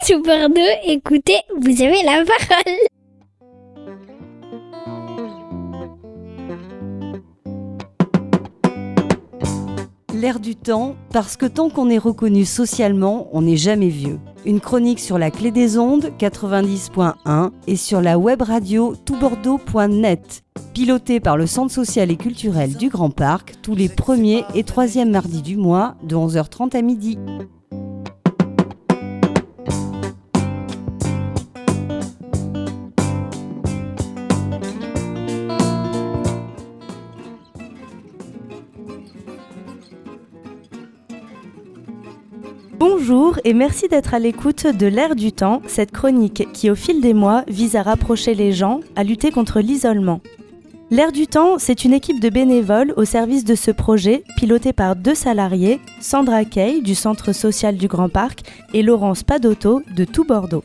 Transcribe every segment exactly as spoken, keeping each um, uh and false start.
Tout Bordeaux, écoutez, vous avez la parole. L'air du temps, parce que tant qu'on est reconnu socialement, on n'est jamais vieux. Une chronique sur la clé des ondes, quatre-vingt-dix point un, et sur la web radio tout bordeaux point net, pilotée par le Centre social et culturel du Grand Parc, tous les premiers et troisièmes mardis du mois, de onze heures trente à midi. Bonjour et merci d'être à l'écoute de l'Air du temps, cette chronique qui au fil des mois vise à rapprocher les gens, à lutter contre l'isolement. L'Air du temps, c'est une équipe de bénévoles au service de ce projet, pilotée par deux salariés, Sandra Kay du Centre social du Grand Parc et Laurence Padotto de Tout Bordeaux.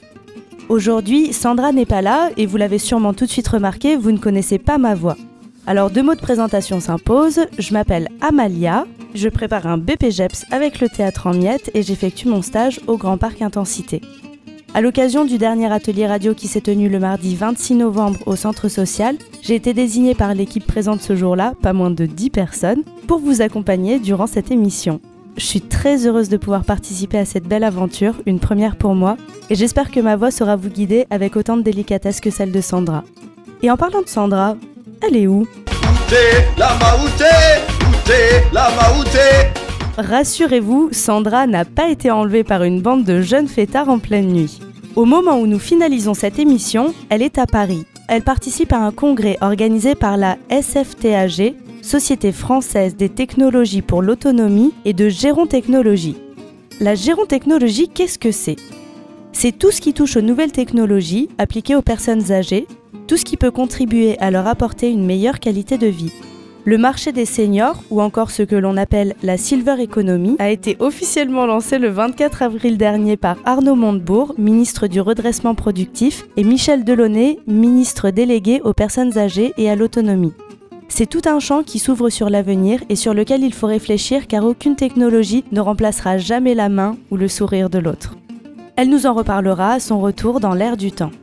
Aujourd'hui, Sandra n'est pas là et vous l'avez sûrement tout de suite remarqué, vous ne connaissez pas ma voix. Alors deux mots de présentation s'imposent, je m'appelle Amalia, je prépare un B P G E P S avec le théâtre en miettes et j'effectue mon stage au Grand Parc Intensité. À l'occasion du dernier atelier radio qui s'est tenu le mardi vingt-six novembre au centre social, j'ai été désignée par l'équipe présente ce jour-là, pas moins de dix personnes, pour vous accompagner durant cette émission. Je suis très heureuse de pouvoir participer à cette belle aventure, une première pour moi, et j'espère que ma voix saura vous guider avec autant de délicatesse que celle de Sandra. Et en parlant de Sandra, elle est où ? Où t'es, la Maouté ? Où t'es, la Maouté ? Rassurez-vous, Sandra n'a pas été enlevée par une bande de jeunes fêtards en pleine nuit. Au moment où nous finalisons cette émission, elle est à Paris. Elle participe à un congrès organisé par la S F T A G, Société française des technologies pour l'autonomie et de gérontechnologie. La gérontechnologie, qu'est-ce que c'est ? C'est tout ce qui touche aux nouvelles technologies appliquées aux personnes âgées, tout ce qui peut contribuer à leur apporter une meilleure qualité de vie. Le marché des seniors, ou encore ce que l'on appelle la Silver Economy, a été officiellement lancé le vingt-quatre avril dernier par Arnaud Montebourg, ministre du Redressement Productif, et Michel Delaunay, ministre délégué aux personnes âgées et à l'autonomie. C'est tout un champ qui s'ouvre sur l'avenir et sur lequel il faut réfléchir car aucune technologie ne remplacera jamais la main ou le sourire de l'autre. Elle nous en reparlera à son retour dans l'Air du temps.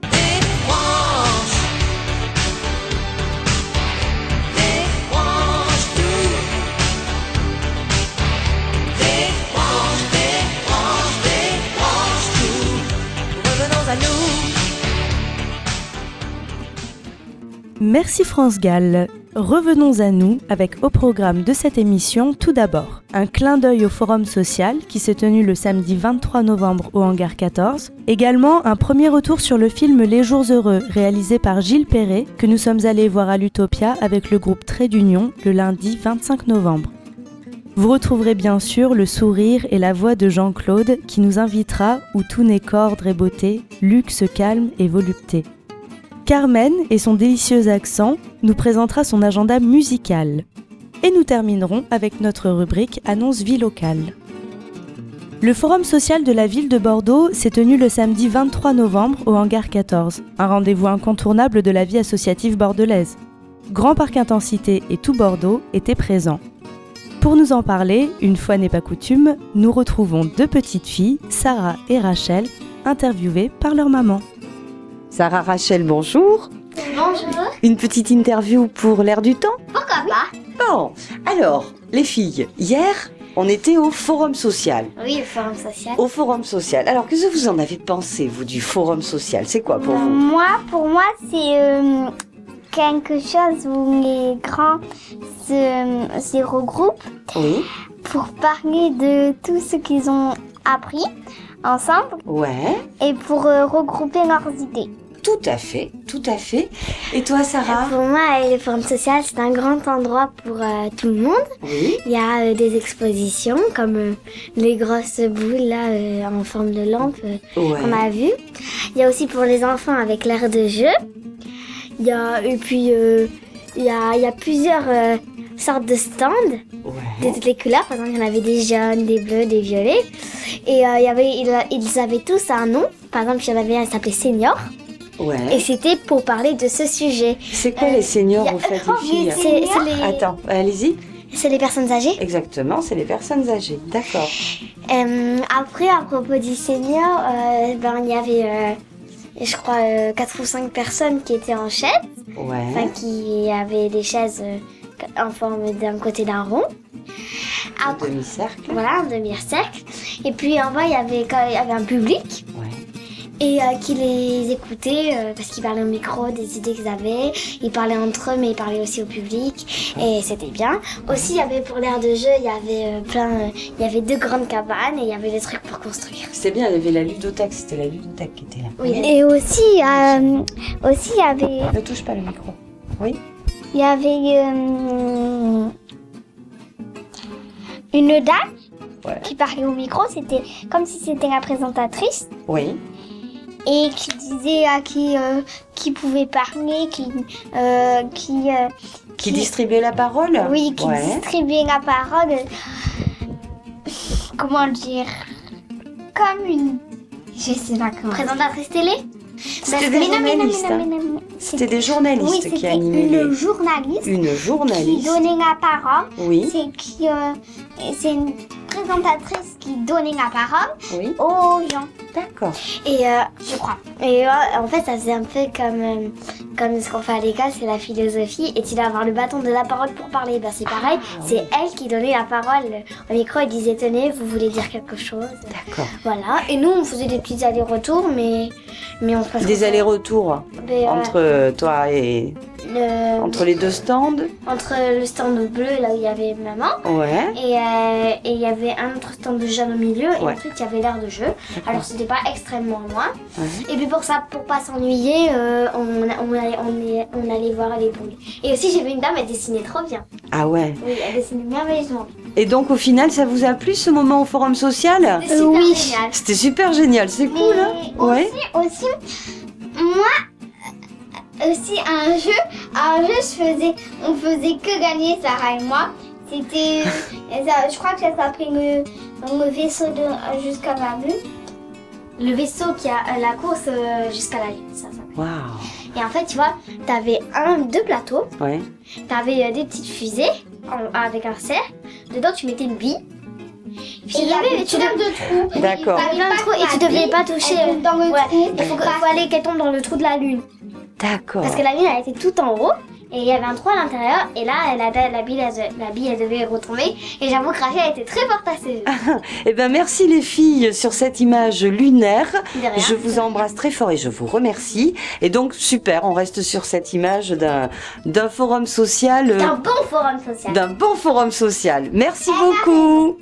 Merci France Gall. Revenons à nous avec au programme de cette émission tout d'abord un clin d'œil au forum social qui s'est tenu le samedi vingt-trois novembre au hangar quatorze. Également un premier retour sur le film Les Jours Heureux réalisé par Gilles Perret que nous sommes allés voir à l'Utopia avec le groupe Trait d'Union le lundi vingt-cinq novembre. Vous retrouverez bien sûr le sourire et la voix de Jean-Claude qui nous invitera où tout n'est qu'ordre et beauté, luxe, calme et volupté. Carmen et son délicieux accent nous présentera son agenda musical. Et nous terminerons avec notre rubrique Annonce vie locale. Le forum social de la ville de Bordeaux s'est tenu le samedi vingt-trois novembre au hangar quatorze, un rendez-vous incontournable de la vie associative bordelaise. Grand Parc Intensité et Tout Bordeaux étaient présents. Pour nous en parler, une fois n'est pas coutume, nous retrouvons deux petites filles, Sarah et Rachel, interviewées par leur maman. Sarah, Rachel, bonjour. Bonjour. Une petite interview pour l'Air du temps ? Pourquoi pas ? Bon, alors, les filles, hier, on était au Forum Social. Oui, le forum social. Au Forum Social. Alors, qu'est-ce que vous en avez pensé, vous, du Forum Social ? C'est quoi pour euh, vous ? Moi, pour moi, c'est euh, quelque chose où les grands se, se regroupent Oui. pour parler de tout ce qu'ils ont appris ensemble. Ouais. Et pour euh, regrouper leurs idées. Tout à fait, tout à fait. Et toi, Sarah ? Pour moi, le forum social, c'est un grand endroit pour euh, tout le monde. Oui. Il y a euh, des expositions comme euh, les grosses boules là, euh, en forme de lampe euh, Ouais. qu'on a vu. Il y a aussi pour les enfants avec l'air de jeu. Il y a, et puis, euh, il, y a, il y a plusieurs euh, sortes de stands Ouais. de toutes les couleurs. Par exemple, il y en avait des jaunes, des bleus, des violets. Et euh, il y avait, ils, ils avaient tous un nom. Par exemple, il y en avait un qui s'appelait Senior. Ouais. Et c'était pour parler de ce sujet. C'est quoi Euh, les seniors, y a- au fait, Oh, les filles ? c'est- c'est les- Attends, allez-y. C'est les personnes âgées. Exactement, c'est les personnes âgées. D'accord. Euh, après, à propos du senior, euh, ben, il y avait, euh, je crois, euh, quatre ou cinq personnes qui étaient en chaise. Ouais. Enfin, qui avaient des chaises euh, en forme d'un côté d'un rond. Un Après, demi-cercle. voilà, un demi-cercle. Et puis en bas, il y avait, il y avait un public. Ouais. Et euh, qui les écoutait euh, parce qu'ils parlaient au micro des idées qu'ils avaient. Ils parlaient entre eux, mais ils parlaient aussi au public. Et c'était bien. Aussi, il y avait pour l'aire de jeu, il y avait euh, plein. Euh, il y avait deux grandes cabanes et il y avait des trucs pour construire. C'était bien, il y avait la ludothèque. C'était la ludothèque qui était là. Oui. Et aussi, euh, aussi il y avait, Ne touche pas le micro. Oui. il y avait euh, une dame Ouais. qui parlait au micro. C'était comme si c'était la présentatrice. Oui. Et qui disait à qui, euh, qui pouvait parler, qui, euh, qui, euh, Qui distribuait la parole. oui, qui Ouais. distribuait la parole. Comment dire? Comme une, je sais pas comment. Présentatrice télé. C'était Mais des non, mais non, journalistes. mais non, hein. mais non, mais non. C'était des journalistes Oui, qui c'était animaient une les... journaliste Une qui journaliste. donnait la parole. Oui. C'est qui, euh, c'est une présentatrice qui donnait la parole Oui. aux gens. D'accord. Et euh, Je crois. Et euh, en fait, ça faisait un peu comme, euh, comme ce qu'on fait à l'école, c'est la philosophie. Et tu dois avoir le bâton de la parole pour parler. Ben, c'est pareil, c'est elle qui donnait la parole au micro. Elle disait, tenez, vous voulez dire quelque chose. D'accord. Voilà. Et nous, on faisait des petits allers-retours, mais, mais on se passe Des allers-retours Mais, euh, entre toi et... le, Entre les deux stands. entre le stand bleu, là où il y avait maman, Ouais. et euh, et il y avait un autre stand de jeunes au milieu, et Ouais. ensuite il y avait l'aire de jeu. Alors c'était pas extrêmement loin. Ouais. Et puis pour ça, pour pas s'ennuyer, euh, on, on, allait, on, est- on allait voir les boules. Et aussi j'ai vu une dame, elle dessinait trop bien. Ah ouais. Oui, elle dessinait merveilleusement. Et donc au final, ça vous a plu ce moment au forum social? C'était super oui. génial. C'était super génial, c'est cool hein? Mais Ouais. aussi, aussi, moi, aussi un jeu, un jeu, je faisais, on faisait que gagner Sarah et moi. C'était, ça- je crois que ça s'appelait le, le vaisseau de jusqu'à la lune. Le vaisseau qui a euh, la course euh, jusqu'à la lune, ça s'appelle. Waouh. Et en fait, tu vois, t'avais un, deux plateaux, Ouais. t'avais euh, des petites fusées en- avec un cercle. Dedans, tu mettais une bille. Puis Et il y avait tu plein devais- de trous. D'accord. T'avais plein de trous et tu devais pas toucher. Elle tombe dans le Ouais, trou. il faut, que- faut aller qu'elle tombe dans le trou de la lune. D'accord. Parce que la lune, elle était tout en haut. Et il y avait un trou à l'intérieur. Et là, la, la, la, bille, elle, la bille, elle devait retomber. Et j'avoue que Rachel, elle était très forte à ce jeu. Eh ben merci les filles sur cette image lunaire. De rien. Je vous embrasse très fort et je vous remercie. Et donc super, on reste sur cette image d'un d'un forum social, euh, C'est un bon forum social. d'un bon forum social. Merci beaucoup.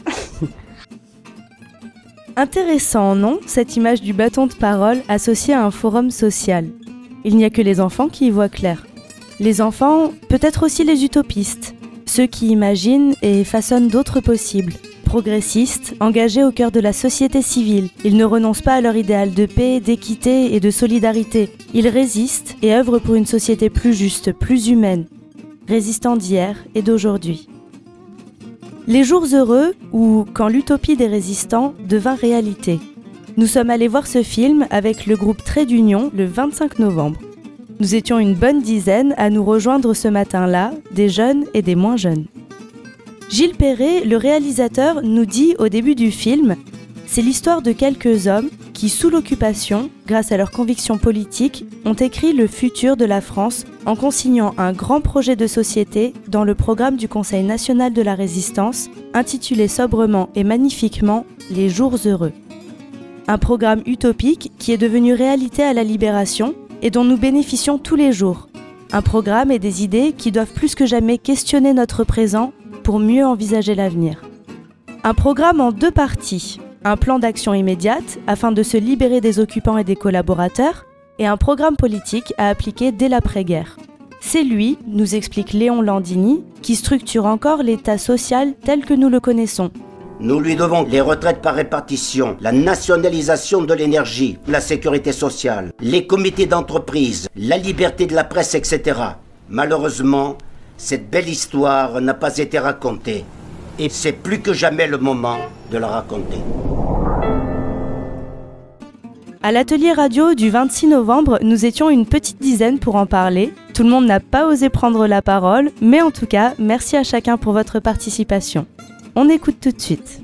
Intéressant, non, cette image du bâton de parole associée à un forum social. Il n'y a que les enfants qui y voient clair. Les enfants, peut-être aussi les utopistes, ceux qui imaginent et façonnent d'autres possibles. Progressistes, engagés au cœur de la société civile, ils ne renoncent pas à leur idéal de paix, d'équité et de solidarité. Ils résistent et œuvrent pour une société plus juste, plus humaine, résistant d'hier et d'aujourd'hui. Les jours heureux, ou quand l'utopie des résistants devint réalité. Nous sommes allés voir ce film avec le groupe Trait d'Union le vingt-cinq novembre. Nous étions une bonne dizaine à nous rejoindre ce matin-là, des jeunes et des moins jeunes. Gilles Perret, le réalisateur, nous dit au début du film « C'est l'histoire de quelques hommes qui, sous l'occupation, grâce à leurs convictions politiques, ont écrit le futur de la France en consignant un grand projet de société dans le programme du Conseil national de la résistance, intitulé sobrement et magnifiquement « Les jours heureux ». Un programme utopique qui est devenu réalité à la Libération et dont nous bénéficions tous les jours. Un programme et des idées qui doivent plus que jamais questionner notre présent pour mieux envisager l'avenir. Un programme en deux parties, un plan d'action immédiate afin de se libérer des occupants et des collaborateurs, et un programme politique à appliquer dès l'après-guerre. C'est lui, nous explique Léon Landini, qui structure encore l'État social tel que nous le connaissons. Nous lui devons les retraites par répartition, la nationalisation de l'énergie, la sécurité sociale, les comités d'entreprise, la liberté de la presse, et cetera. Malheureusement, cette belle histoire n'a pas été racontée. Et c'est plus que jamais le moment de la raconter. À l'atelier radio du vingt-six novembre, nous étions une petite dizaine pour en parler. Tout le monde n'a pas osé prendre la parole, mais en tout cas, merci à chacun pour votre participation. On écoute tout de suite.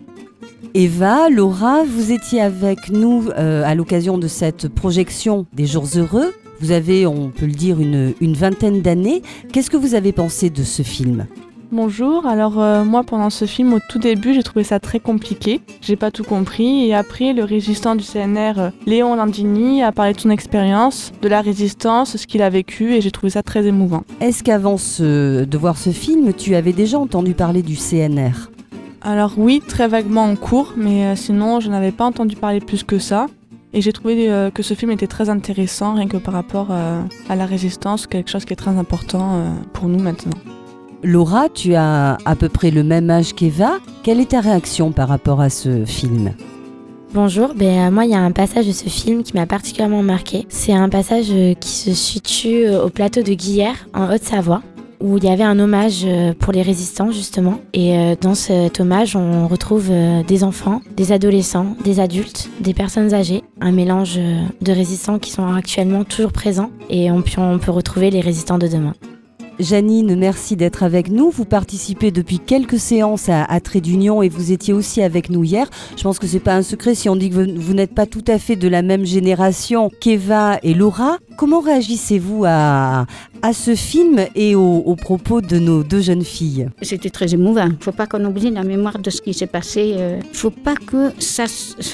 Eva, Laura, vous étiez avec nous euh, à l'occasion de cette projection des Jours Heureux. Vous avez, on peut le dire, une, une vingtaine d'années. Qu'est-ce que vous avez pensé de ce film ? Bonjour, alors euh, moi pendant ce film au tout début j'ai trouvé ça très compliqué, j'ai pas tout compris et après le résistant du C N R, euh, Léon Landini, a parlé de son expérience, de la résistance, ce qu'il a vécu et j'ai trouvé ça très émouvant. Est-ce qu'avant ce, de voir ce film, tu avais déjà entendu parler du C N R ? Alors oui, très vaguement en cours, mais euh, sinon je n'avais pas entendu parler plus que ça. Et j'ai trouvé euh, que ce film était très intéressant, rien que par rapport euh, à la résistance, quelque chose qui est très important euh, pour nous maintenant. Laura, tu as à peu près le même âge qu'Eva. Quelle est ta réaction par rapport à ce film ? Bonjour, ben, euh, moi il y a un passage de ce film qui m'a particulièrement marqué. C'est un passage euh, qui se situe euh, au plateau de Guillers, en Haute-Savoie, où il y avait un hommage euh, pour les résistants justement. Et euh, dans cet hommage, on retrouve euh, des enfants, des adolescents, des adultes, des personnes âgées, un mélange euh, de résistants qui sont actuellement toujours présents. Et on, on peut retrouver les résistants de demain. Janine, merci d'être avec nous. Vous participez depuis quelques séances à, à Trait d'Union et vous étiez aussi avec nous hier. Je pense que c'est pas un secret si on dit que vous, vous n'êtes pas tout à fait de la même génération qu'Eva et Laura. Comment réagissez-vous à, à ce film et aux, aux propos de nos deux jeunes filles ? C'était très émouvant. Il ne faut pas qu'on oublie la mémoire de ce qui s'est passé. Il ne faut pas que ça,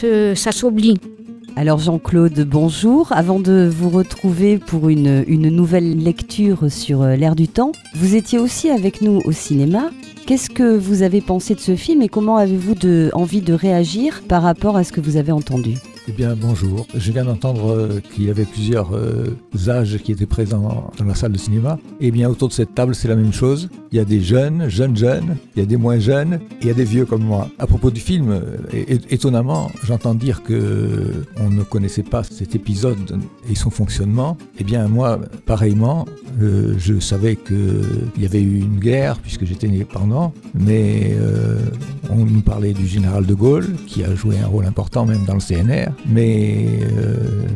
ça s'oublie. Alors Jean-Claude, bonjour. Avant de vous retrouver pour une, une nouvelle lecture sur l'Air du temps, vous étiez aussi avec nous au cinéma. Qu'est-ce que vous avez pensé de ce film et comment avez-vous de, envie de réagir par rapport à ce que vous avez entendu ? Eh bien, bonjour. Je viens d'entendre euh, qu'il y avait plusieurs euh, âges qui étaient présents dans la salle de cinéma. Eh bien, autour de cette table, c'est la même chose. Il y a des jeunes, jeunes, jeunes, il y a des moins jeunes et il y a des vieux comme moi. À propos du film, euh, étonnamment, j'entends dire qu'on ne connaissait pas cet épisode et son fonctionnement. Eh bien, moi, pareillement, euh, je savais qu'il y avait eu une guerre puisque j'étais né pendant, mais euh, on nous parlait du général de Gaulle qui a joué un rôle important même dans le C N R. Mais euh,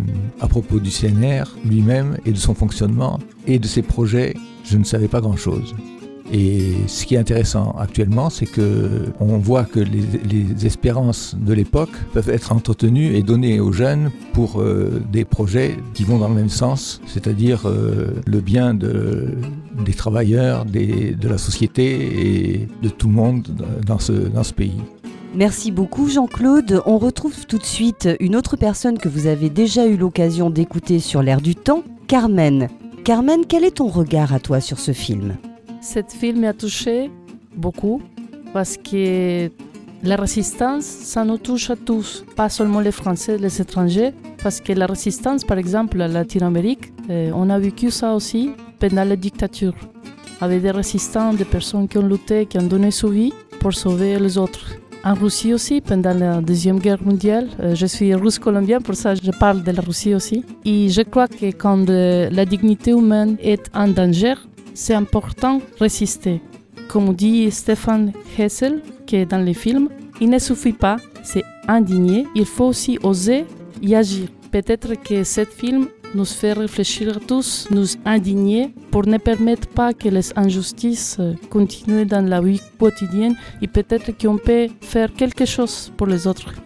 à propos du C N R lui-même et de son fonctionnement et de ses projets, je ne savais pas grand-chose. Et ce qui est intéressant actuellement, c'est qu'on voit que les, les espérances de l'époque peuvent être entretenues et données aux jeunes pour euh, des projets qui vont dans le même sens, c'est-à-dire euh, le bien de, des travailleurs, des, de la société et de tout le monde dans ce, dans ce pays. Merci beaucoup Jean-Claude. On retrouve tout de suite une autre personne que vous avez déjà eu l'occasion d'écouter sur l'Air du temps, Carmen. Carmen, quel est ton regard à toi sur ce film ? Ce film m'a touché beaucoup parce que la résistance, ça nous touche à tous, pas seulement les Français, les étrangers, parce que la résistance, par exemple, en Latine-Amérique, euh, on a vécu ça aussi pendant la dictature, avec des résistants, des personnes qui ont lutté, qui ont donné sa vie pour sauver les autres. En Russie aussi, pendant la Deuxième Guerre mondiale, euh, je suis russe-colombienne, pour ça je parle de la Russie aussi. Et je crois que quand euh, la dignité humaine est en danger, c'est important de résister. Comme dit Stéphane Hessel, qui est dans les films, il ne suffit pas, c'est indigné, il faut aussi oser y agir. Peut-être que ce film nous fait réfléchir tous, nous indigner pour ne permettre pas que les injustices continuent dans la vie quotidienne et peut-être qu'on peut faire quelque chose pour les autres.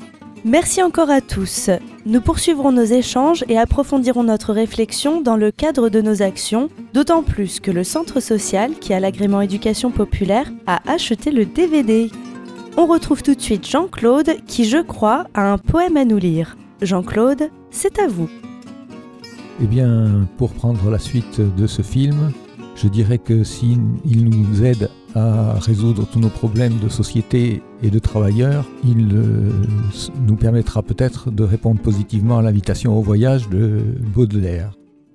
Merci encore à tous. Nous poursuivrons nos échanges et approfondirons notre réflexion dans le cadre de nos actions, d'autant plus que le Centre social, qui a l'agrément éducation populaire, a acheté le D V D. On retrouve tout de suite Jean-Claude qui, je crois, a un poème à nous lire. Jean-Claude, c'est à vous. Eh bien, pour prendre la suite de ce film, je dirais que s'il nous aide à résoudre tous nos problèmes de société et de travailleurs, il euh, nous permettra peut-être de répondre positivement à l'invitation au voyage de Baudelaire.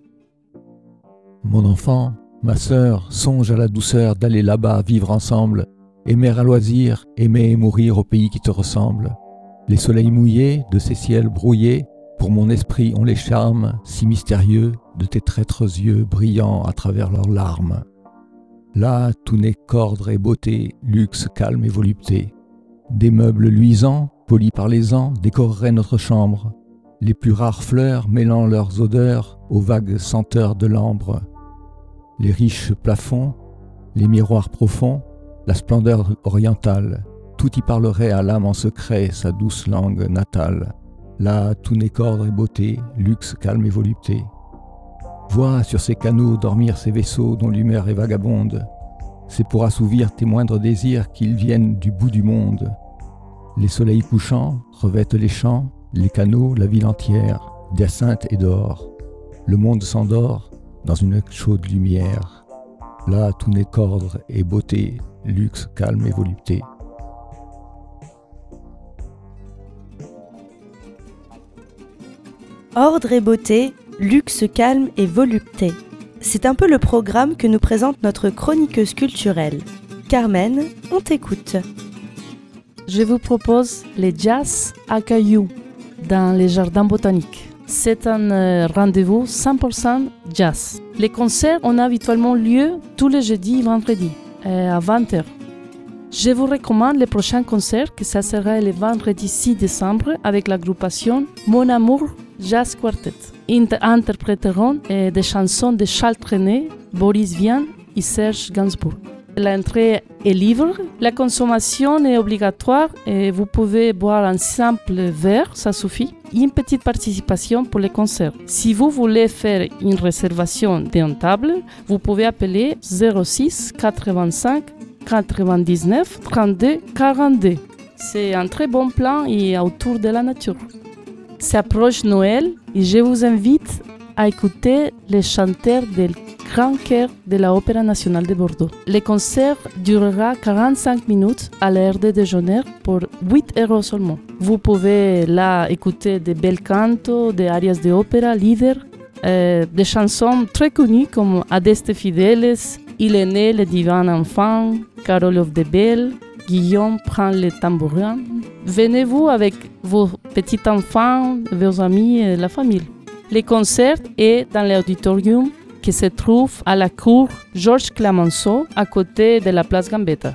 Mon enfant, ma sœur, songe à la douceur d'aller là-bas vivre ensemble, aimer à loisir, aimer et mourir au pays qui te ressemble. Les soleils mouillés de ces ciels brouillés, pour mon esprit ont les charmes si mystérieux de tes traîtres yeux brillants à travers leurs larmes. Là, tout n'est qu'ordre et beauté, luxe, calme et volupté. Des meubles luisants, polis par les ans, décoreraient notre chambre. les plus rares fleurs mêlant leurs odeurs aux vagues senteurs de l'ambre. Les riches plafonds, les miroirs profonds, la splendeur orientale, tout y parlerait à l'âme en secret sa douce langue natale. Là, tout n'est qu'ordre et beauté, luxe, calme et volupté. Vois sur ces canaux dormir ces vaisseaux dont l'humeur est vagabonde. C'est pour assouvir tes moindres désirs qu'ils viennent du bout du monde. Les soleils couchants revêtent les champs, les canaux, la ville entière, d'hyacinthe et d'or. Le monde s'endort dans une chaude lumière. Là, tout n'est qu'ordre et beauté, luxe, calme et volupté. Ordre et beauté, luxe, calme et volupté. C'est un peu le programme que nous présente notre chroniqueuse culturelle. Carmen, on t'écoute. Je vous propose les jazz à cailloux dans les jardins botaniques. C'est un euh, rendez-vous cent pour cent jazz. Les concerts ont habituellement lieu tous les jeudis et vendredis euh, à vingt heures. Je vous recommande le prochain concert, que ça sera le vendredi six décembre avec l'aggruppation Mon Amour Jazz Quartet. Ils interpréteront euh, des chansons de Charles Trenet, Boris Vian et Serge Gainsbourg. L'entrée est libre, la consommation est obligatoire et vous pouvez boire un simple verre, ça suffit, et une petite participation pour les concerts. Si vous voulez faire une réservation d'une table, vous pouvez appeler zéro six quatre-vingt-cinq quatre-vingt-dix-neuf trente-deux quarante-deux. C'est un très bon plan et autour de la nature. S'approche Noël et je vous invite à écouter les chanteurs del Grand Chœur de l'Opéra nationale de Bordeaux. Le concert durera quarante-cinq minutes à l'heure de déjeuner pour huit euros seulement. Vous pouvez là écouter des bel cantos, des arias de opéra, lieder, euh, des chansons très connues comme Adeste Fideles, Il est né le divin enfant, Carole of the Bell, Guillaume prend le tambourin. Venez-vous avec vos petits-enfants, vos amis et la famille. Le concert est dans l'auditorium qui se trouve à la cour Georges Clemenceau, à côté de la place Gambetta.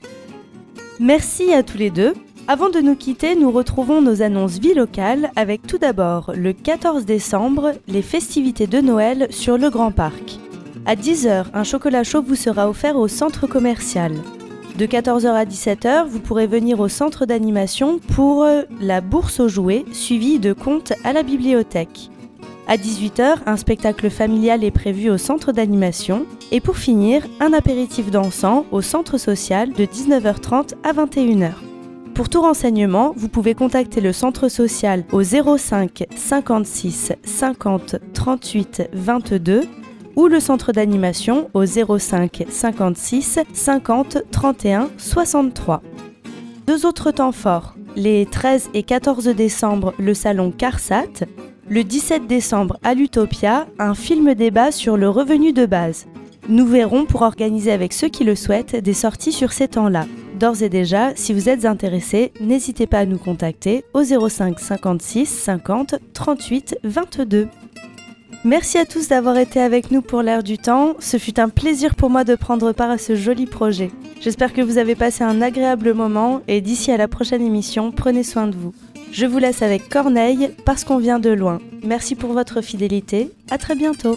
Merci à tous les deux. Avant de nous quitter, nous retrouvons nos annonces vie locale avec tout d'abord le quatorze décembre, les festivités de Noël sur le Grand Parc. À dix heures, un chocolat chaud vous sera offert au centre commercial. De quatorze heures à dix-sept heures, vous pourrez venir au centre d'animation pour la bourse aux jouets, suivie de contes à la bibliothèque. À dix-huit heures, un spectacle familial est prévu au centre d'animation. Et pour finir, un apéritif dansant au centre social de dix-neuf heures trente à vingt et une heures. Pour tout renseignement, vous pouvez contacter le centre social au zéro cinq cinquante-six cinquante trente-huit vingt-deux ou le centre d'animation au zéro cinq cinquante-six cinquante trente et un soixante-trois. Deux autres temps forts. Les treize et quatorze décembre, le salon CARSAT. Le dix-sept décembre à l'Utopia, un film débat sur le revenu de base. Nous verrons pour organiser avec ceux qui le souhaitent des sorties sur ces temps-là. D'ores et déjà, si vous êtes intéressés, n'hésitez pas à nous contacter au zéro cinq cinquante-six cinquante trente-huit vingt-deux. Merci à tous d'avoir été avec nous pour l'Air du temps. Ce fut un plaisir pour moi de prendre part à ce joli projet. J'espère que vous avez passé un agréable moment et d'ici à la prochaine émission, prenez soin de vous. Je vous laisse avec Corneille, parce qu'on vient de loin. Merci pour votre fidélité. À très bientôt.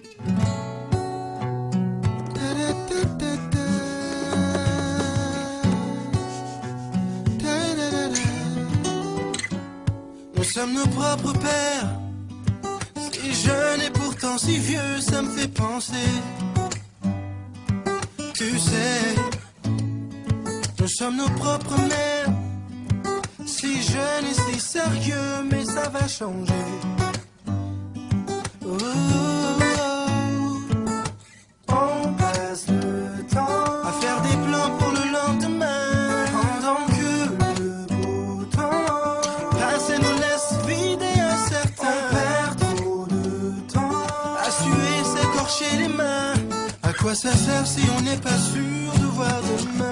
Nous sommes nos propres pères. Si jeune et pourtant si vieux, ça me fait penser. Tu sais, nous sommes nos propres mères. Si jeune et si sérieux, mais ça va changer. Oh, oh, oh. On passe le temps à faire des plans pour le lendemain, pendant que le beau temps passe et nous laisse vider incertain. On perd trop de temps à suer, s'écorcher les mains. À quoi ça sert si on n'est pas sûr de voir demain?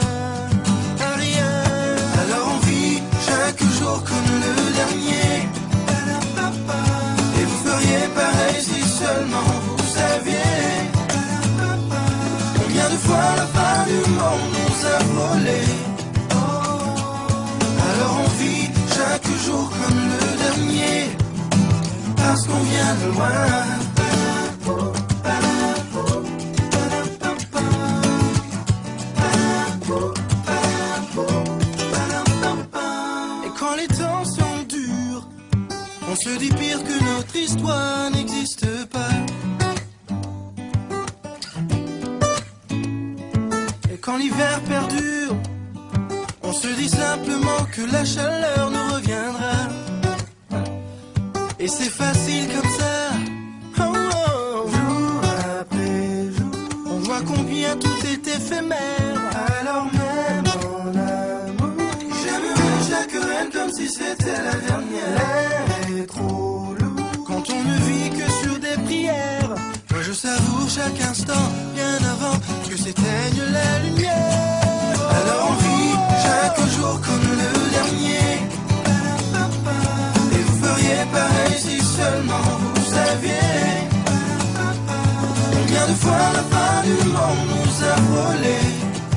Chaque jour comme le dernier. Et vous feriez pareil si seulement vous saviez combien de fois la fin du monde nous a volé. Alors on vit chaque jour comme le dernier. parce qu'on vient de loin. Et quand les temps sont durs, on se dit pire que notre histoire n'existe pas. Et quand l'hiver perdure, on se dit simplement que la chaleur nous reviendra. Et c'est facile comme ça, oh, oh. Jour après jour, on voit combien tout est éphémère. Alors même en amour, j'aimerais chaque reine comme si c'était la dernière. L'air est trop lourd quand on ne vit que sur des prières. Moi je savoure chaque instant bien avant que s'éteigne la lumière. Alors on vit chaque jour comme le dernier. Et vous feriez pareil si seulement vous saviez combien de fois la fin du monde nous a volés.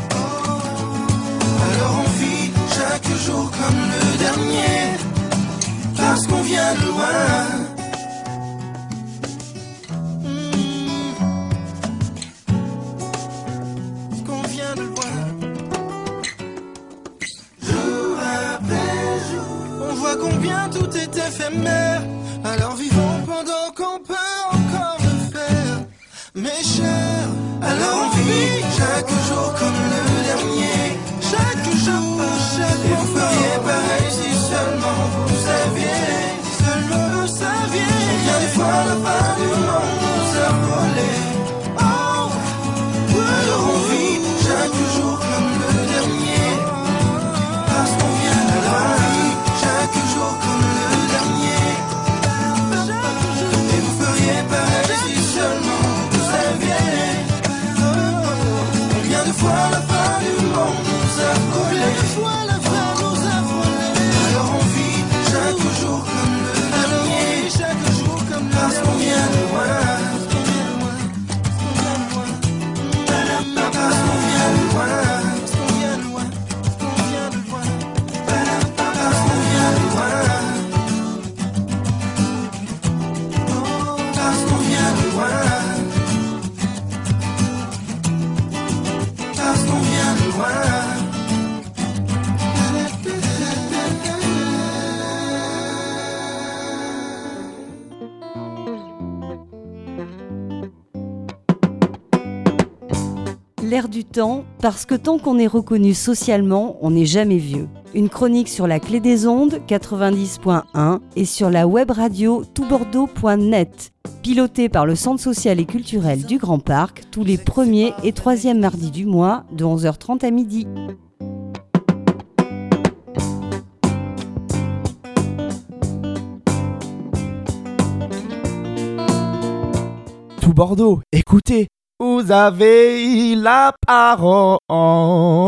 Alors on vit chaque jour comme le dernier, parce qu'on vient de loin. Combien tout est éphémère, alors vivons pendant qu'on peut encore le faire. Mes chers, alors on vit chaque jour comme le dernier. Chaque jour, chaque jour. Et vous feriez pareil si seulement vous saviez, si seulement vous saviez combien de fois la fin du monde nous a volés. Oh, alors on vit chaque jour comme le dernier, parce qu'on vient de loin. Chaque jour comme le dernier. Et vous feriez pareil si seulement vous saviez combien de fois la fin du monde nous a volés. Alors on vit chaque jour comme le dernier, parce qu'on vient de loin. Parce qu'on vient de loin. L'air du temps, parce que tant qu'on est reconnu socialement, on n'est jamais vieux. Une chronique sur la clé des ondes quatre-vingt-dix point un et sur la web radio tout bordeaux point net. Pilotée par le Centre social et culturel du Grand Parc, tous les premiers et troisièmes mardis du mois, de onze heures trente à midi. Tout Bordeaux, écoutez, vous avez la parole.